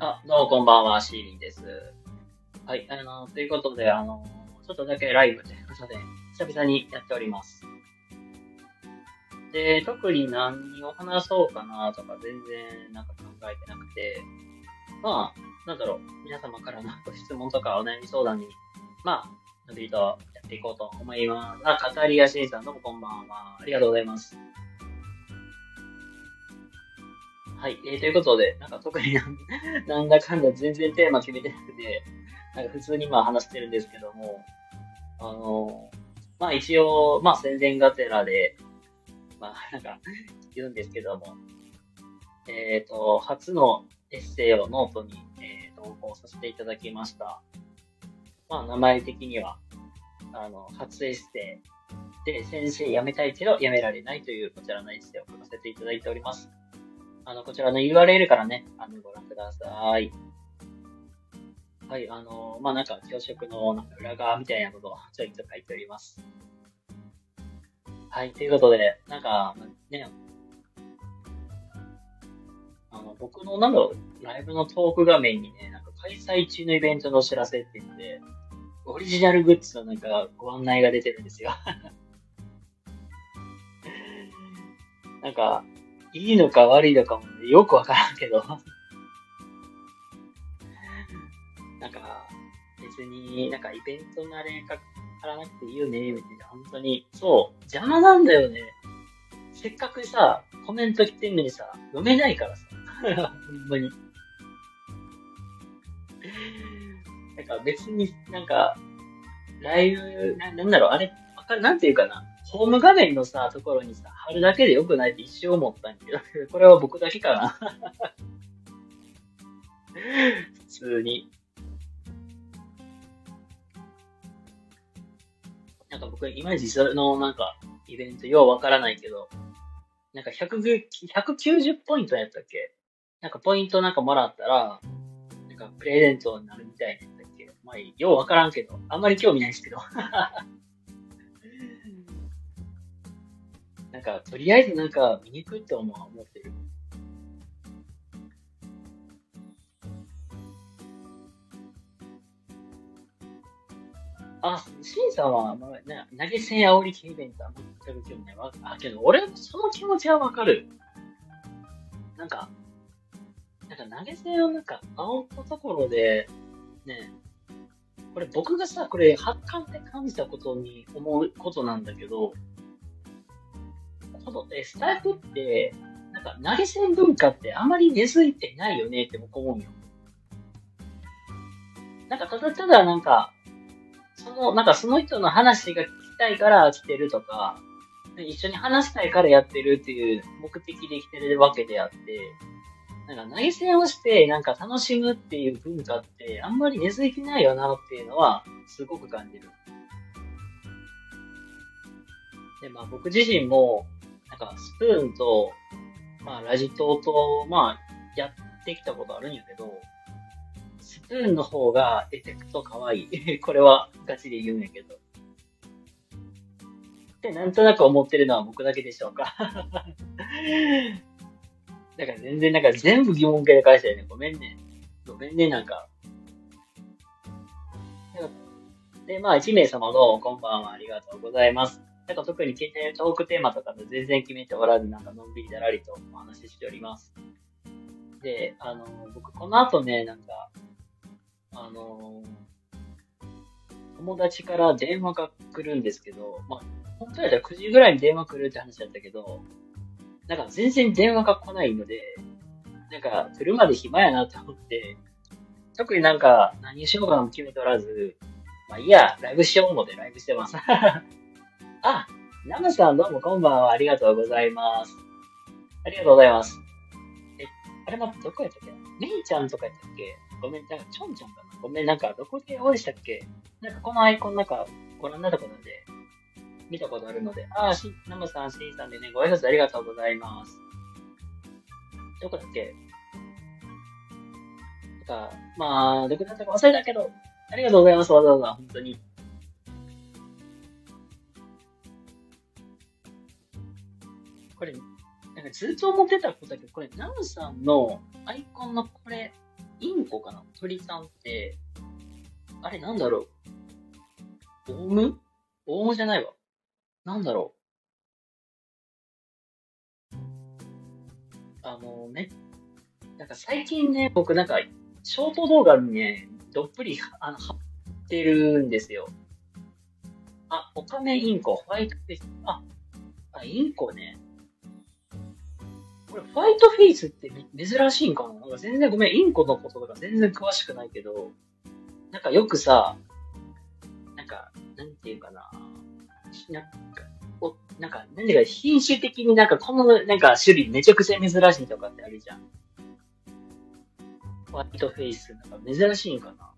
どうもこんばんは、シーリンです。はい、ということで、ちょっとだけライブということで、久々にやっております。で、特に何を話そうかなとか全然なんか考えてなくて、まあ、なんだろう、皆様からのご質問とかお悩み相談に、まあ、のびりとやっていこうと思います。カタリアシンさんどうもこんばんは。ありがとうございます。はい、ということで、なんか特になんだかんだ全然テーマ決めてなくて、なんか普通にまあ話してるんですけども、あの、まあ一応、まあ宣伝がてらで、まあなんか言うんですけども、初のエッセイをノートに、投稿させていただきました。まあ名前的には、初エッセイで先生辞めたいけど辞められないというこちらのエッセイを書かせていただいております。こちらの URL からね、ご覧ください。はい、まあなんか教職のなんか裏側みたいなことをちょいと書いております。はい、ということで、なんか、ね、僕の、なんだろう、ライブのトーク画面にね、なんか開催中のイベントのお知らせって言って、オリジナルグッズのなんかご案内が出てるんですよ。なんか、いいのか悪いのかもよくわからんけど、なんか、別になんかイベントのあれかからなくていいよね、みたいな、本当に、そう、邪魔なんだよね。せっかくさ、コメント来てんのにさ、読めないからさ。ほんまに。なんか別になんか、ライブ、なんだろう、あれ、わかる、なんていうかな。ホーム画面のさ、ところにさ、貼るだけでよくないって一瞬思ったんやけど、これは僕だけかな。普通に。なんか僕、いまいちそのなんか、イベントようわからないけど、なんか190ポイントやったっけ。なんかポイントなんかもらったら、なんかプレゼントになるみたいなやったっけ。まあ、ようわからんけど、あんまり興味ないんですけど。なんか、とりあえずなんか見に行くって思ってる。シンさんは、まあ、投げ銭煽り系イベントは全く興味ないわ。けど、俺、その気持ちはわかる。なんか、投げ銭をなんか、煽ったところで、ね、これ僕がさ、これ発汗って感じたことに思うことなんだけど、スタイフって、なんか投げ銭文化ってあまり根付いてないよねって僕思うよ。なんかただただなんか、なんかその人の話が聞きたいから来てるとか、一緒に話したいからやってるっていう目的で来てるわけであって、なんか投げ銭をしてなんか楽しむっていう文化ってあんまり根付いてないよなっていうのはすごく感じる。で、まあ僕自身も、なんかスプーンと、まあラジトーと、まあやってきたことあるんやけど、スプーンの方がエフェクト可愛い。これはガチで言うんやけど。ってなんとなく思ってるのは僕だけでしょうか。だから全然なんか全部疑問形で返したよね。ごめんね。ごめんね、なんか。で、まあ1名様のこんばんはありがとうございます。なんか特に聞いてトークテーマとかで全然決めておらず、なんかのんびりだらりとお話ししております。で、僕この後ね、なんか、あの、友達から電話が来るんですけど、まあ、本当やったら9時ぐらいに電話来るって話だったけど、なんか全然電話が来ないので、なんか来るまで暇やなと思って、特になんか何しようかも決めておらず、まあいいや、ライブしよう思ってライブしてます。あ、ナムさんどうもこんばんは。ありがとうございます。ありがとうございます。え、あれ待って、どこやったっけ。メイちゃんとかやったっけ。ごめん、なんかチョンチョンかな。ごめん、なんかどこでお会いしたっけ。なんかこのアイコンなんかご覧になったことなんで、見たことあるので。ナムさん、シーさんでね、ご挨拶ありがとうございます。どこだっけ。なんか、まあ、どこだったか忘れたけど、ありがとうございます、わざわざ、本当に。これ、なんかずっと思ってたことだけど、これ、ナムさんのアイコンのこれ、 インコかな鳥さんって、あれなんだろうオウムオウムじゃないわ。なんだろうなんか最近ね、僕なんか、ショート動画にね、どっぷり、ハマってるんですよ。オカメインコ、ホワイトフェイス。インコね。これ、ホワイトフェイスって珍しいんかななんか全然ごめん、インコのこととか全然詳しくないけど、なんかよくさ、なんていうかな。なんか、なんていうか、品種的になんかこの、なんか種類めちゃくちゃ珍しいとかってあるじゃん。ホワイトフェイス、なんか珍しいんかな。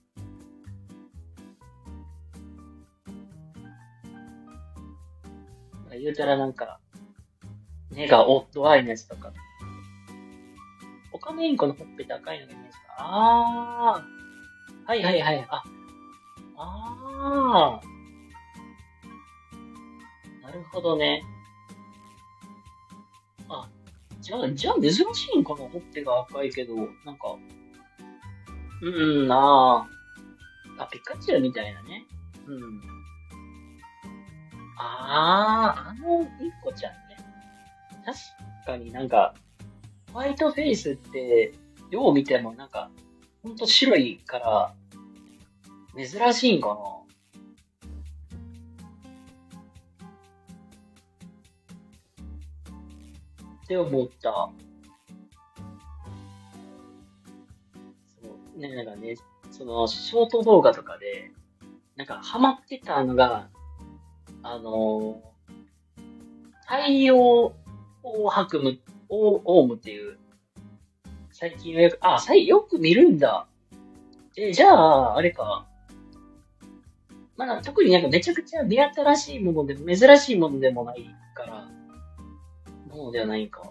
言うたらなんか、目がオッドアイのやつとか。オカメインコのほっぺって赤いのがイメージか。はいはいはい。あなるほどね。あ、じゃあ珍しいんかなほっぺが赤いけど、なんか、ピカチュウみたいなね。うん。インコちゃんね。確かになんか、ホワイトフェイスって、よう見てもなんか、ほんと白いから、珍しいんかなって思った。なんかね、その、ショート動画とかで、なんか、ハマってたのが、あの太陽オ白夢、オウムっていう、最近はよく見るんだ。じゃあ、あれか。まあ、特になんかめちゃくちゃ目新しいもので、珍しいものでもないから、ものではないか。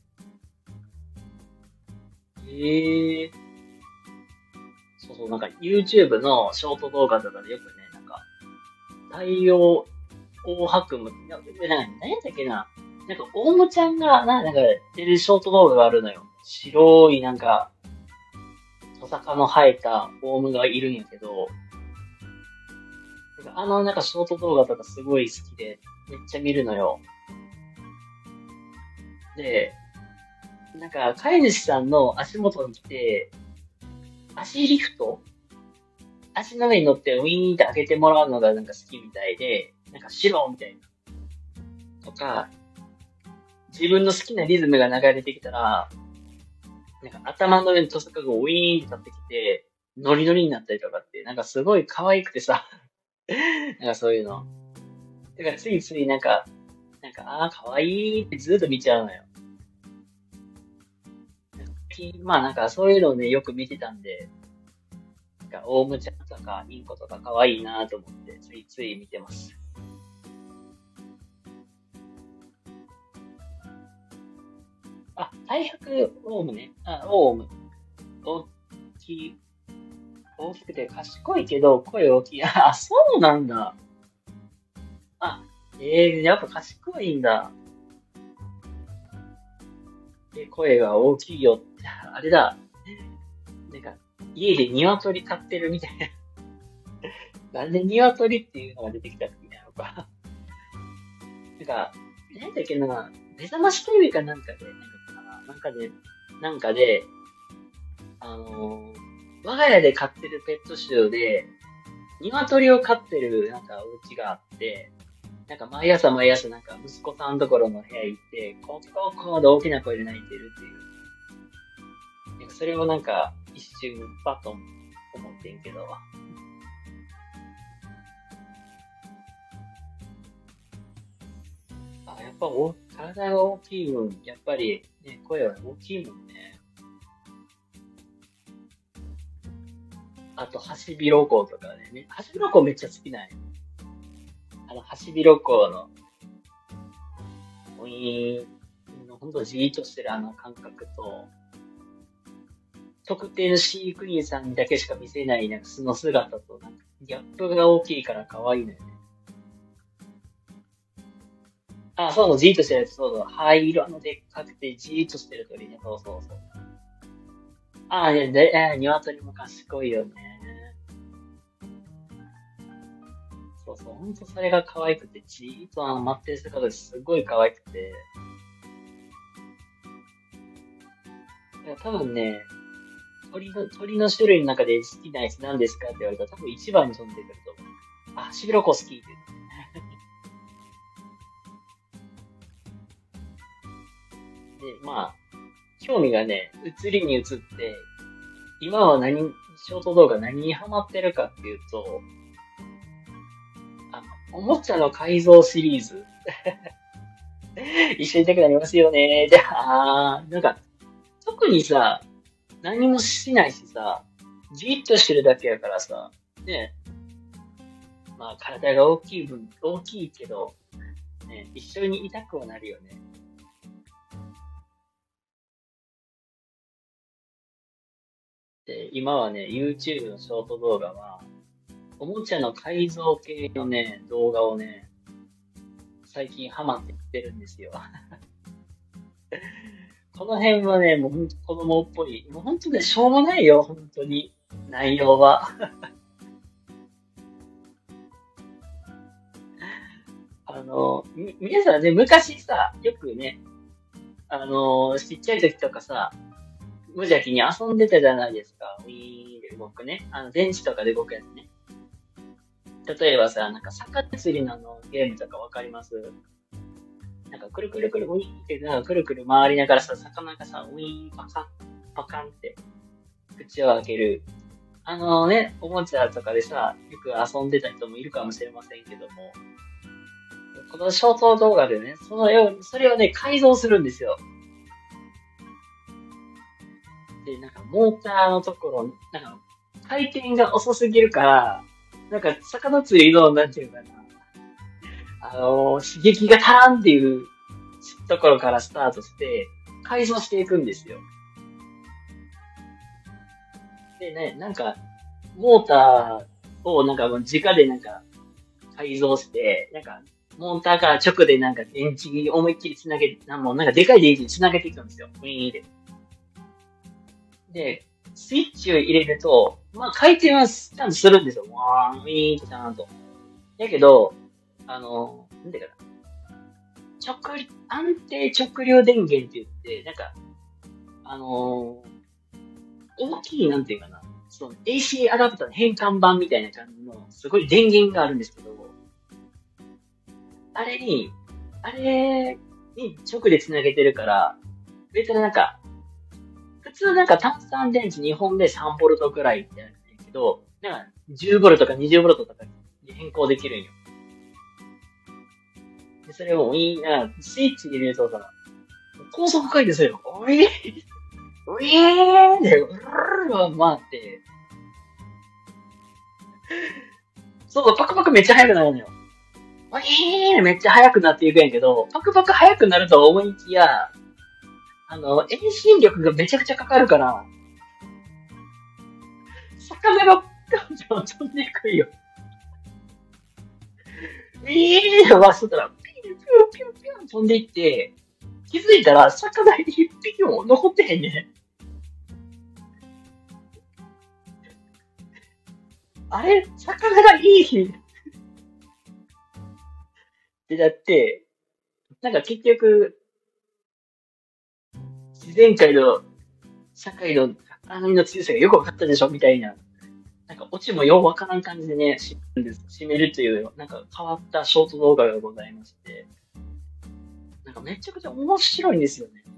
ええそうそう、なんか YouTube のショート動画とかでよくね、なんか、太陽大白夢、何やったっけな。なんか、オウムちゃんが、なんか、出るショート動画があるのよ。白い、なんか、トサカの生えたオウムがいるんやけど、なんかショート動画とかすごい好きで、めっちゃ見るのよ。で、なんか、飼い主さんの足元に来て、足リフト足の上に乗ってウィーンって開けてもらうのがなんか好きみたいで、なんか白みたいな。とか、自分の好きなリズムが流れてきたら、なんか頭の上にトサカがウィーンって立ってきて、ノリノリになったりとかって、なんかすごい可愛くてさ、なんかそういうの。だからついつい可愛いってずっと見ちゃうのよ。まあなんかそういうのをね、よく見てたんで、なんかオウムちゃんとかインコとか可愛いなと思って、ついつい見てます。大白オウムね。オウム。大きい、大きくて賢いけど声大きい。そうなんだ。あ、やっぱ賢いんだ。声が大きいよって、あれだ。なんか、家で鶏飼ってるみたいな。なんで鶏っていうのが出てきたみたいなのか。なんか、なんだっけな、目覚ましテレビかなんかで、なんかで、あの我が家で飼ってるペット種で、鶏を飼ってるなんかお家があって、なんか毎朝なんか息子さんのところの部屋行って、コーで大きな声で泣いてるっていう。なんかそれをなんか一瞬パッと思ってんけど。やっぱ体が大きい分、やっぱりね、声は大きいもんね。あと、ハシビロコウとかね。ハシビロコウめっちゃ好きなんよ。ハシビロコウの、ウィーン、ほんとじーっとしてるあの感覚と、特定の飼育員さんにだけしか見せないなんか素の姿と、なんかギャップが大きいから可愛いのよね。そうそう、じーっとしてるやつ、そうそう、灰色のでっかくてじーっとしてる鳥ね。そうそうそう。 ああ、で、鶏も賢いよね。そうそう、ほんとそれが可愛くて、じーっと待ってる姿がすごい可愛くて、いや多分ね、鳥の種類の中で好きなやつ何ですかって言われたら多分一番に飛んでくると思う。あ、シビロコ好きって言う。で、まあ、興味がね、移りに移って、今はショート動画何にハマってるかっていうと、おもちゃの改造シリーズ。一緒に行きたくなりますよね。じゃあ、なんか、特にさ、何もしないしさ、じーっとしてるだけやからさ、ね、まあ体が大きいけど、ね、一緒にいたくはなるよね。で、今はね、YouTube のショート動画は、おもちゃの改造系のね、動画をね、最近ハマってきてるんですよ。この辺はね、もうほんと子供っぽい。もうほんとね、しょうもないよ、本当に。内容は。皆さんね、昔さ、よくね、ちっちゃい時とかさ、無邪気に遊んでたじゃないですか。ウィーンで動くね。電池とかで動くやつね。例えばさ、なんか、魚釣りのゲームとかわかります？なんか、くるくるくるウィーンって、なんか、くるくる回りながらさ、魚がさ、ウィーン、パカン、パカンって口を開ける。おもちゃとかでさ、よく遊んでた人もいるかもしれませんけども、このショート動画でね、それをね、改造するんですよ。で、なんか、モーターのところ、なんか、回転が遅すぎるから、なんか、魚釣りの、なんていうかな、刺激が足らんっていうところからスタートして、改造していくんですよ。でね、なんか、モーターをなんかもう直でなんか改造して、なんか、モーターから直でなんか電池に思いっきり繋げて、もうなんかでかい電池に繋げていくんですよ。ウィーンで。で、スイッチを入れると、まあ回転はちゃんとするんですよ。ワーン、ウィーンってちゃんと。だけど、なんていうかな。安定直流電源って言って、なんか、あの大きい、なんていうかな。その AC アダプターの変換版みたいな感じの、すごい電源があるんですけど、あれに、あれに直で繋げてるから、別になんか、普通なんか単三電池2本で3ボルトくらいってやるんだけど、なんか10ボルトとか20ボルトとかに変更できるんよ。で、それをスイッチ入れるとさ、高速回転するよ。おいおいーで、うるる回って、そう、パクパクめっちゃ速くなるのよ。おいーめっちゃ速くなっていくんやけど、パクパク速くなると思いきや、遠心力がめちゃくちゃかかるから、魚が飛んでいくよ。回してたら、ピューピューピューピュー飛んでいって、気づいたら魚一匹も残ってへんね。あれ魚がいい日ってなって、なんか結局、自然界の社会の荒波の強さがよく分かったでしょみたいな。なんかオチもようわからん感じでね、締めるという、なんか変わったショート動画がございまして、なんかめちゃくちゃ面白いんですよね。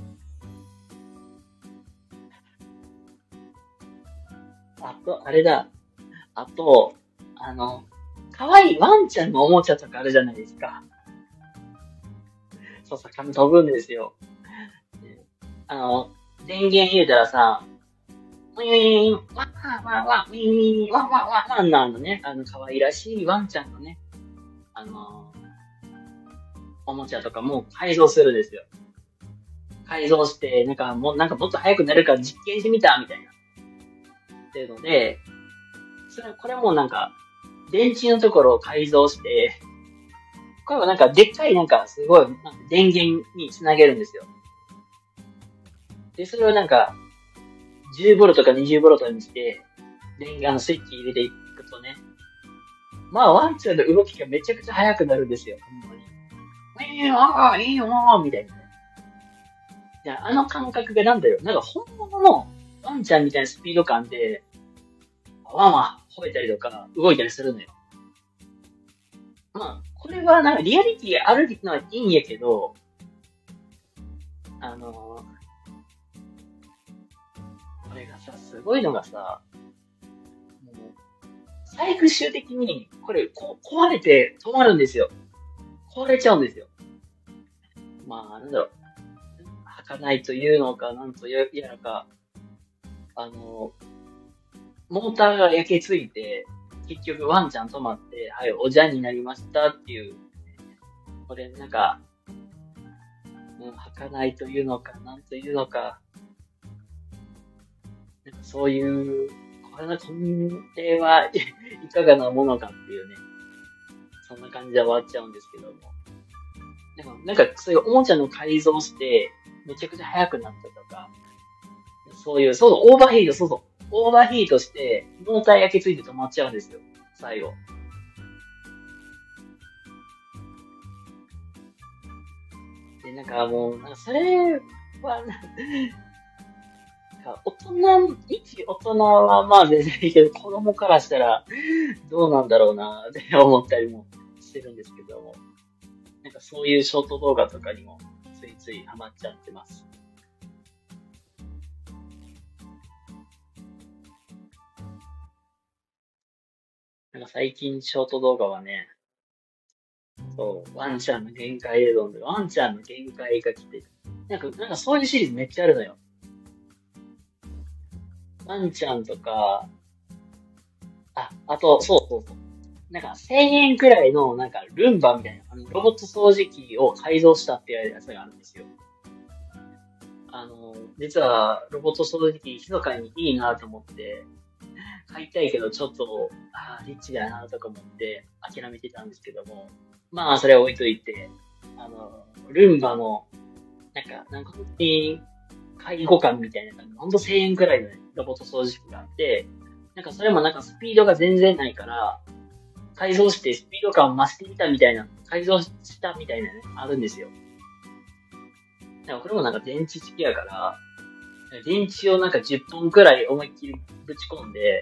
あと、あれだ。あと、あの、可愛いワンちゃんのおもちゃとかあるじゃないですか。そう、魚飛ぶんですよ。であの、電源入れたらさ、ウィーン、ワンワンワンワン、ウィーン、ワンワンワンワンなのね、可愛らしいワンちゃんのね、あの、おもちゃとかも改造するんですよ。改造して、なんかもっと速くなるから実験してみた、みたいな。っていうので、これもなんか、電池のところを改造して、これはなんか、でっかいなんか、すごい、なんか電源につなげるんですよ。で、それをなんか、 10ボルトか20ボルトにして、スイッチ入れていくとね、まあ、ワンちゃんの動きがめちゃくちゃ速くなるんですよ、ほんまに。いいよみたいなね。いや、あの感覚がなんだよ。なんか本物のワンちゃんみたいなスピード感で、ワンワン吠えたりとか、動いたりするのよ。まあ、これはなんかリアリティあるのはいいんやけど、あのこれがさ、すごいのがさ、もう最終的に、これ、壊れて止まるんですよ。壊れちゃうんですよ。まあ、なんだろう。儚いというのか、なんというやらか、あの、モーターが焼けついて、結局ワンちゃん止まって、はい、おじゃんになりましたっていう、これなんか、儚いというのか、なんというのか、なんかそういう、これの根底はいかがなものかっていうね、そんな感じで終わっちゃうんですけども。なんかそういうおもちゃの改造して、めちゃくちゃ速くなったとか、そう、オーバーヒート、そうそう。オーバーヒートして、モーター焼けついて止まっちゃうんですよ。最後。で、なんかもう、なんかそれは、なんか一大人はまあ全然いいけど、子供からしたらどうなんだろうなって思ったりもしてるんですけども。なんかそういうショート動画とかにもついついハマっちゃってます。なんか最近ショート動画はね、そう、ワンちゃんの限界映像で、ワンちゃんの限界が来て、なんかそういうシリーズめっちゃあるのよ。ワンちゃんとか、あと、そう。なんか1000円くらいの、なんかルンバみたいな、ロボット掃除機を改造したっていうやつがあるんですよ。実はロボット掃除機、密かにいいなと思って、買いたいけどちょっと、リッチだなとか思って諦めてたんですけども、まあ、それは置いといて、ルンバの、なんか本当に、介護官みたいな感じ、ほんと1000円くらいのね、ロボット掃除機があって、なんかそれもなんかスピードが全然ないから、改造してスピード感を増してみたみたいな、改造したみたいなね、あるんですよ。だからこれもなんか電池式やから、電池をなんか10本くらい思いっきりぶち込んで、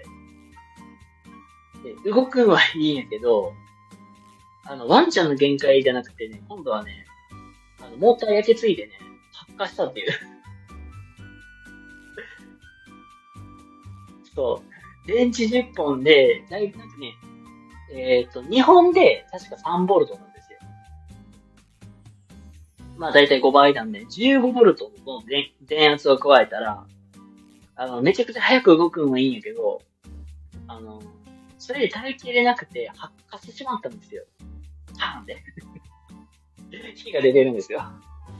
で動くのはいいんやけど、ワンちゃんの限界じゃなくてね、今度はね、モーター焼けついてね、発火したっていう。そう。電池10本で、だいぶなんかね、2本で確か3ボルトなんですよ。まあだいたい5倍なんで、15ボルトの電圧を加えたら、めちゃくちゃ早く動くのはいいんやけど、あの、それで耐えきれなくて発火してしまったんですよ。パーンって。火が出てるんですよ。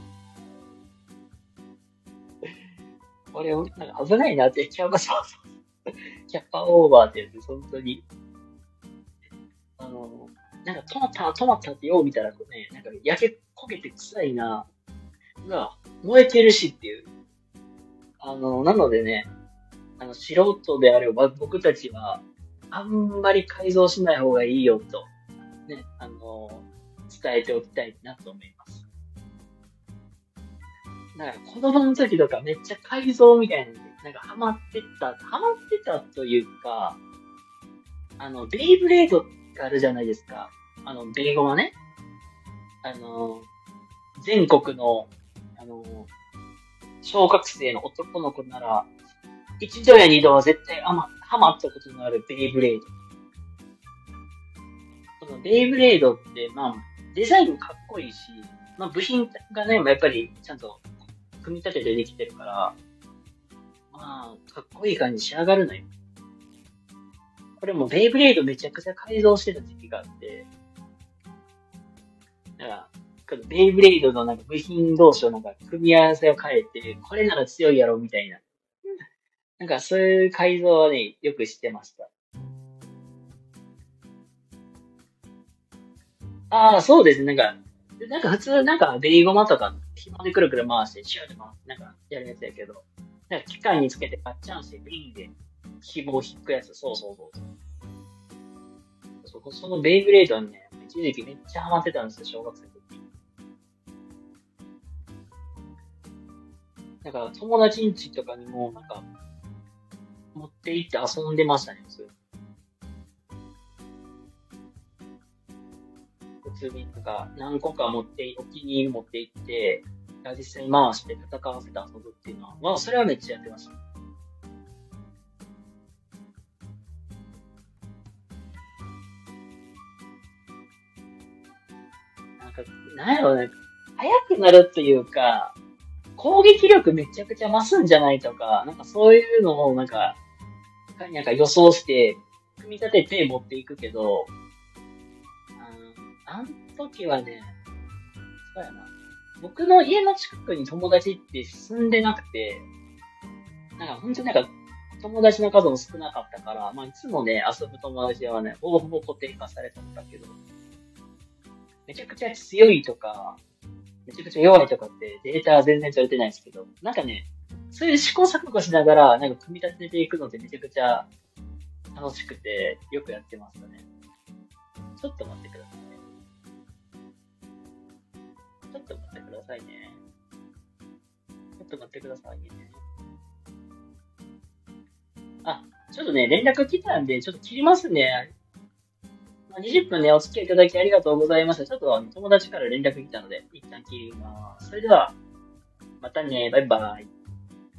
これ、なんか危ないなって、キャッパーオーバーってやつ、本当に。なんか止まったってよう見たらね、なんか焼け焦げて臭いな。うわ、燃えてるしっていう。なのでね、素人であれば僕たちは、あんまり改造しない方がいいよと、ね、伝えておきたいなと思います。なんか子供の時とかめっちゃ改造みたいなのに、なんかハマってたというか、ベイブレードがあるじゃないですか。ベイゴマね。あの、全国の、小学生の男の子なら、一度や二度は絶対ハマったことのあるベイブレード。そのベイブレードって、まあ、デザインもかっこいいし、まあ部品がね、やっぱりちゃんと組み立ててできてるから、まあ、かっこいい感じに仕上がるのよ。これもベイブレードめちゃくちゃ改造してた時期があって、だから、このベイブレードのなんか部品同士をなんか組み合わせを変えて、これなら強いやろみたいな。なんかそういう改造はね、よくしてました。そうですね。なんか普通、なんかベリゴマとか、紐でくるくる回して、シューって回なんかやるやつやけど。 なんか機械につけてガッチャンしてビンで紐を引くやつ。そうそうそう。そのベイブレードにね、一時期めっちゃハマってたんですよ、小学生の時。だから友達ん家とかにも、なんか、持って行って遊んでましたね、普通になんか、何個かお気に入り持って行って、実際に回して戦わせて遊ぶっていうのは、まあ、それはめっちゃやってました。なんか、なんやろうね、速くなるっていうか、攻撃力めちゃくちゃ増すんじゃないとか、なんかそういうのをなんか予想して、組み立てて持っていくけど、あの時はね、そうやな。僕の家の近くに友達って住んでなくて、なんか本当になんか友達の数も少なかったから、まあいつもね、遊ぶ友達はね、ほぼほぼ固定化されてたけど、めちゃくちゃ強いとか、めちゃくちゃ弱いとかってデータは全然取れてないんですけど、なんかね、そういう試行錯誤しながら、なんか組み立てていくのってめちゃくちゃ楽しくて、よくやってましたね。ちょっと待ってくださいね。ちょっと待ってくださいね。ちょっと待ってくださいね。あ、ちょっとね、連絡来たんで、ちょっと切りますね。まあ、20分ね、お付き合いいただきありがとうございました。ちょっと友達から連絡来たので、一旦切ります。それでは、またね、バイバイ。